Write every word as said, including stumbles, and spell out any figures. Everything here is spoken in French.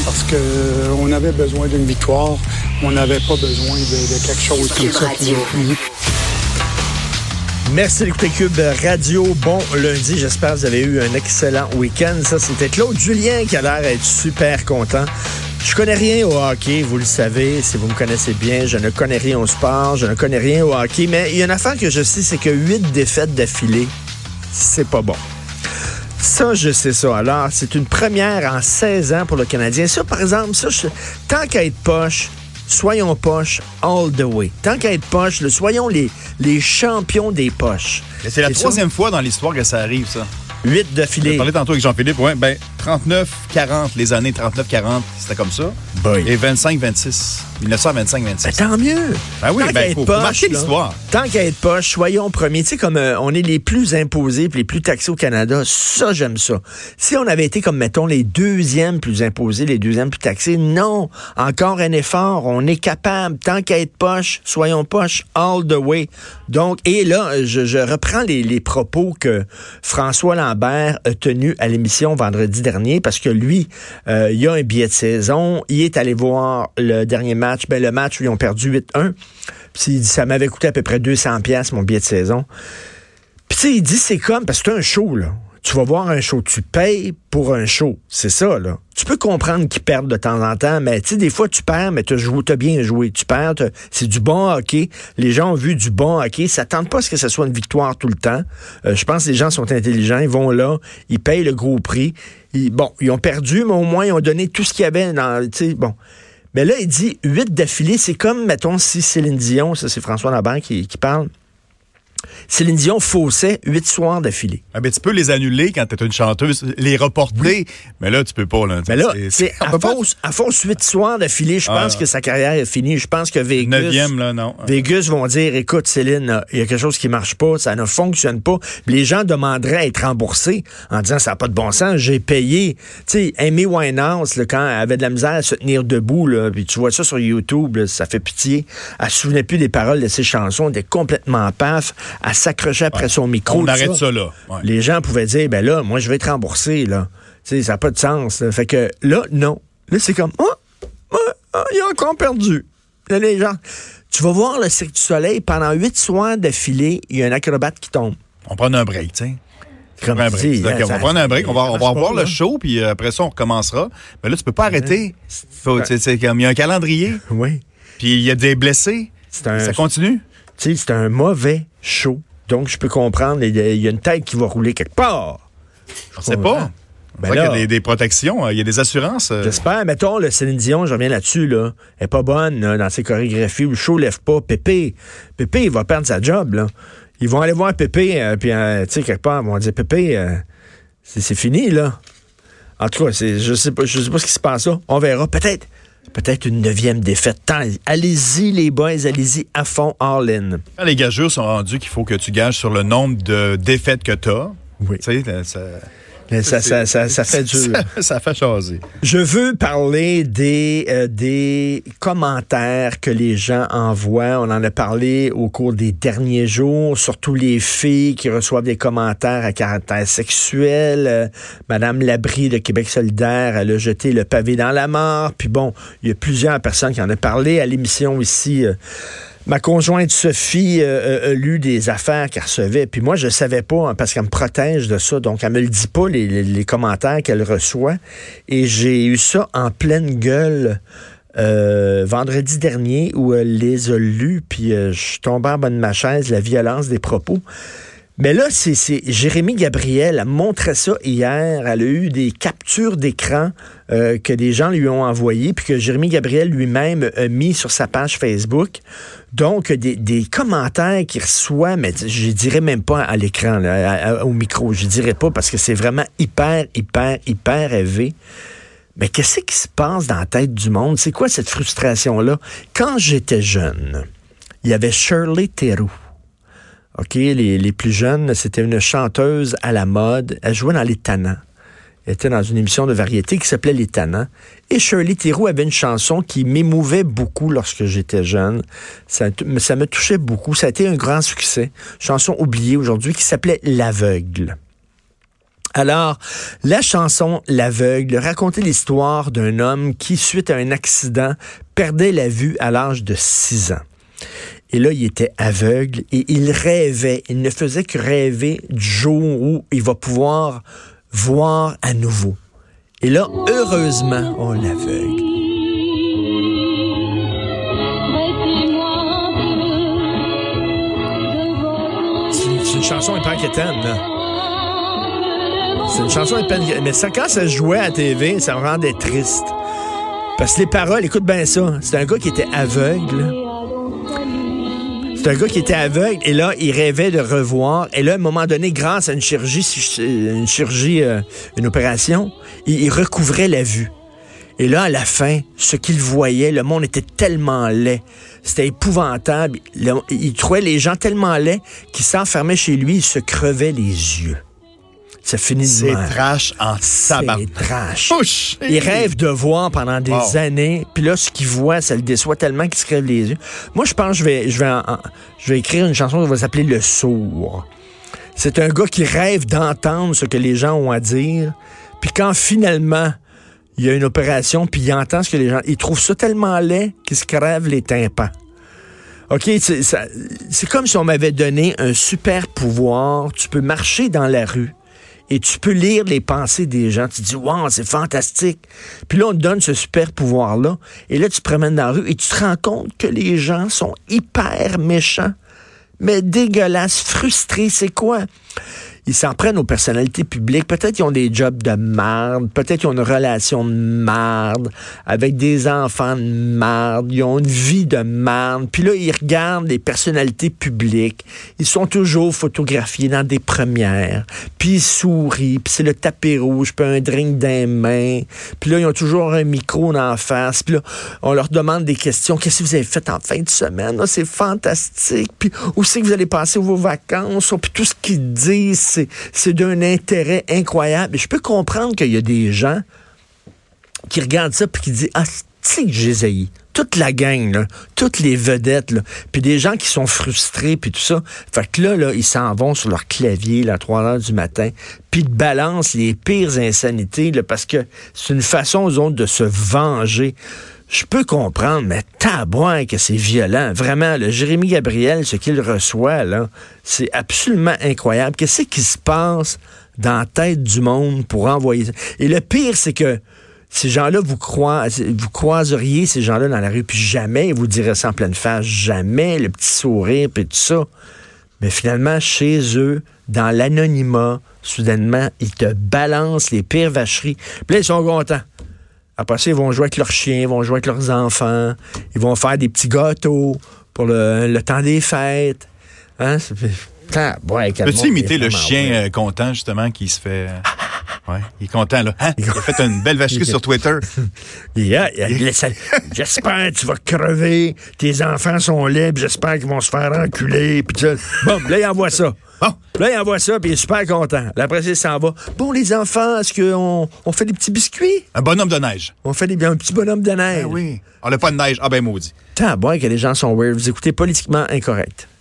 parce qu'on avait besoin d'une victoire. On n'avait pas besoin de, de quelque chose comme Cube ça. Radio. Merci d'écouter Cube Radio. Bon lundi, j'espère que vous avez eu un excellent week-end. Ça, c'était Claude Julien qui a l'air d'être super content. Je connais rien au hockey, vous le savez, si vous me connaissez bien. Je ne connais rien au sport, je ne connais rien au hockey. Mais il y a une affaire que je sais, c'est que huit défaites d'affilée, c'est pas bon. Ça, je sais ça. Alors, c'est une première en seize ans pour le Canadien. Ça, par exemple, ça, je, tant qu'à être poche, soyons poches all the way. Tant qu'à être poche, le, soyons les, les champions des poches. Et c'est la Et troisième ça, fois dans l'histoire que ça arrive, ça. Huit d'affilée. J'ai parlé tantôt avec Jean-Philippe. Ouais, ben, trente-neuf quarante, les années trente-neuf quarante, c'était comme ça. Boy. Et vingt-cinq vingt-six. mille neuf cent vingt-cinq vingt-six. Ben, tant mieux. Ben oui, Tant ben, qu'à être faut, faut poche, marquer là, l'histoire. Tant qu'à être poche, soyons premiers. Tu sais, comme euh, on est les plus imposés puis les plus taxés au Canada, ça, j'aime ça. Si on avait été comme, mettons, les deuxièmes plus imposés, les deuxièmes plus taxés, non. Encore un effort. On est capable. Tant qu'à être poche, soyons poche all the way. Donc, et là, je, je reprends les, les propos que François Lambert a tenus à l'émission vendredi dernier parce que lui, euh, il a un billet de saison. Il est allé voir le dernier match. Ben, le match où ils ont perdu huit un. Puis il dit, ça m'avait coûté à peu près deux cents piastres, mon billet de saison. Puis tu sais, il dit, c'est comme, parce que c'est un show, là. Tu vas voir un show, tu payes pour un show. C'est ça, là. Tu peux comprendre qu'ils perdent de temps en temps, mais tu sais, des fois, tu perds, mais tu as bien joué. Tu perds, t'as, c'est du bon hockey. Les gens ont vu du bon hockey. Ça tente pas à ce que ce soit une victoire tout le temps. Euh, je pense que les gens sont intelligents. Ils vont là, ils payent le gros prix. Ils, bon, ils ont perdu, mais au moins, ils ont donné tout ce qu'il y avait dans, tu sais, bon. Mais là, il dit huit d'affilée. C'est comme, mettons, si Céline Dion, ça c'est François Lambert qui, qui parle, Céline Dion faussait huit soirs d'affilée. Ah ben, tu peux les annuler quand t'es une chanteuse, les reporter, oui. Mais là, tu peux pas. Là, mais là, c'est, c'est, à, force, à force huit soirs d'affilée, je pense ah, que sa carrière est finie. Je pense que Vegas, neuvième, là, non. Vegas vont dire, écoute, Céline, il y a quelque chose qui marche pas, ça ne fonctionne pas. Les gens demanderaient à être remboursés en disant, ça n'a pas de bon sens, j'ai payé. Tu sais, Amy Winehouse, là, quand elle avait de la misère à se tenir debout, là, puis tu vois ça sur YouTube, là, ça fait pitié. Elle se souvenait plus des paroles de ses chansons, elle était complètement paf. Elle s'accrochait après ouais. son micro. On arrête ça, ça là. Ouais. Les gens pouvaient dire, ben là, moi, je vais être remboursé, là. Tu sais, ça n'a pas de sens. Là. Fait que là, non. Là, c'est comme, oh, oh, oh, il a encore perdu. Là, les gens, tu vas voir le Cirque du Soleil, pendant huit soirs d'affilée, il y a un acrobate qui tombe. On prend un break, tu sais. Comme un break. Dis, hein, on va prendre un break, on va, on va revoir le show, puis après ça, on recommencera. Mais là, tu peux pas arrêter. Faut, c'est, c'est comme, il y a un calendrier. Oui. Puis il y a des blessés. C'est un, ça continue. Tu sais, c'est un mauvais show. Donc, je peux comprendre, il y a une tête qui va rouler quelque part. Je sais pas. Ben là, il y a des, des protections, il y a des assurances. J'espère. Mettons, le Céline Dion, je reviens là-dessus, là. Elle est pas bonne là, dans ses chorégraphies où le show lève pas. Pépé, Pépé, il va perdre sa job, là. Ils vont aller voir Pépé, euh, puis, euh, tu sais, quelque part, ils vont dire, Pépé, euh, c'est, c'est fini, là. En tout cas, c'est, je sais pas, je sais pas ce qui se passe là. On verra. Peut-être. Peut-être une neuvième défaite. Tant, allez-y, les boys, allez-y à fond, all-in. Quand les gageurs sont rendus qu'il faut que tu gages sur le nombre de défaites que tu as, oui. Tu sais, ça... Ça, ça, ça, ça fait dur. Ça, ça fait chaser. Je veux parler des, euh, des commentaires que les gens envoient. On en a parlé au cours des derniers jours, surtout les filles qui reçoivent des commentaires à caractère sexuel. Euh, Madame Labrie de Québec solidaire, elle a jeté le pavé dans la mare. Puis bon, il y a plusieurs personnes qui en ont parlé à l'émission ici. Euh, Ma conjointe Sophie euh, a lu des affaires qu'elle recevait, puis moi, je savais pas, hein, parce qu'elle me protège de ça, donc elle me le dit pas, les, les, les commentaires qu'elle reçoit, et j'ai eu ça en pleine gueule euh, vendredi dernier, où elle les a lus, puis euh, je suis tombé en bas de ma chaise, la violence des propos. Mais là, c'est, c'est Jérémy Gabriel a montré ça hier. Elle a eu des captures d'écran euh, que des gens lui ont envoyées, puis que Jérémy Gabriel lui-même a mis sur sa page Facebook. Donc, des, des commentaires qu'il reçoit, mais je dirais même pas à l'écran, là, à, à, au micro. Je dirais pas parce que c'est vraiment hyper, hyper, hyper élevé. Mais qu'est-ce qui se passe dans la tête du monde? C'est quoi cette frustration-là? Quand j'étais jeune, il y avait Shirley Theroux. OK, les, les plus jeunes, c'était une chanteuse à la mode. Elle jouait dans Les Tannants. Elle était dans une émission de variété qui s'appelait Les Tannants. Et Shirley Theroux avait une chanson qui m'émouvait beaucoup lorsque j'étais jeune. Ça, ça me touchait beaucoup. Ça a été un grand succès. Chanson oubliée aujourd'hui qui s'appelait L'Aveugle. Alors, la chanson L'aveugle racontait l'histoire d'un homme qui, suite à un accident, perdait la vue à l'âge de six ans. Et là, il était aveugle et il rêvait, il ne faisait que rêver du jour où il va pouvoir voir à nouveau. Et là, heureusement, on l'aveugle. C'est une chanson hyper inquiétante, là. C'est une chanson hyper inquiétante. Mais ça, quand ça jouait à la T V, ça me rendait triste. Parce que les paroles, écoute bien ça, c'est un gars qui était aveugle. C'est un gars qui était aveugle et là, il rêvait de revoir. Et là, à un moment donné, grâce à une chirurgie, une chirurgie, euh, une opération, il, il recouvrait la vue. Et là, à la fin, ce qu'il voyait, le monde était tellement laid. C'était épouvantable. Le, il trouvait les gens tellement laids qu'ils s'enfermaient chez lui, il se crevait les yeux. Ça finit de C'est mal. trash en sabbat. C'est trash. Ouch! Il rêve de voir pendant des Wow. années, puis là, ce qu'il voit, ça le déçoit tellement qu'il se crève les yeux. Moi, je pense que je vais, je vais, en- en- je vais écrire une chanson qui va s'appeler Le Sourd. C'est un gars qui rêve d'entendre ce que les gens ont à dire, puis quand finalement, il y a une opération, puis il entend ce que les gens... Il trouve ça tellement laid qu'il se crève les tympans. OK, c'est, ça- c'est comme si on m'avait donné un super pouvoir. Tu peux marcher dans la rue et tu peux lire les pensées des gens. Tu te dis, wow, c'est fantastique. Puis là, on te donne ce super pouvoir-là. Et là, tu te promènes dans la rue et tu te rends compte que les gens sont hyper méchants, mais dégueulasses, frustrés. C'est quoi? Ils s'en prennent aux personnalités publiques. Peut-être qu'ils ont des jobs de merde. Peut-être qu'ils ont une relation de merde avec des enfants de merde. Ils ont une vie de merde. Puis là, ils regardent les personnalités publiques. Ils sont toujours photographiés dans des premières. Puis ils sourient. Puis c'est le tapis rouge. Puis un drink dans les mains. Puis là, ils ont toujours un micro dans la face. Puis là, on leur demande des questions. Qu'est-ce que vous avez fait en fin de semaine? Ah, c'est fantastique. Puis où c'est que vous allez passer vos vacances? Puis tout ce qu'ils disent, c'est, c'est d'un intérêt incroyable. Et je peux comprendre qu'il y a des gens qui regardent ça puis qui disent « Ah, c'est que j'ai haï. » Toute la gang, là, toutes les vedettes, là, puis des gens qui sont frustrés, puis tout ça. Fait que là, là, ils s'en vont sur leur clavier là, à trois heures du matin, puis ils balancent les pires insanités, là, parce que c'est une façon, aux autres, de se venger. Je peux comprendre, mais tabouin que c'est violent. Vraiment, le Jérémy Gabriel, ce qu'il reçoit, là, c'est absolument incroyable. Qu'est-ce qui se passe dans la tête du monde pour envoyer ça? Et le pire, c'est que ces gens-là, vous, croi- vous croiseriez ces gens-là dans la rue, puis jamais ils vous diraient ça en pleine face, jamais le petit sourire, puis tout ça. Mais finalement, chez eux, dans l'anonymat, soudainement, ils te balancent les pires vacheries. Puis là, ils sont contents. Après ça, ils vont jouer avec leurs chiens, ils vont jouer avec leurs enfants, ils vont faire des petits gâteaux pour le, le temps des fêtes. Hein? C'est, ah, ouais, Peux-tu imiter le chien euh, content, justement, qui se fait... Euh... Ouais, il est content, là. Hein? Il a fait une belle vacherie sur Twitter. Yeah, yeah, yeah. J'espère que tu vas crever, tes enfants sont libres, j'espère qu'ils vont se faire enculer, puis tout. Bon, là, il envoie ça. Bon, là, il envoie ça, puis il est super content. Là, après, il s'en va. Bon, les enfants, est-ce qu'on on fait des petits biscuits? Un bonhomme de neige. On fait des, un petit bonhomme de neige. Ah oui. On n'a pas de neige. Ah ben maudit. Tant bon que les gens sont weird. Vous écoutez Politiquement Incorrect.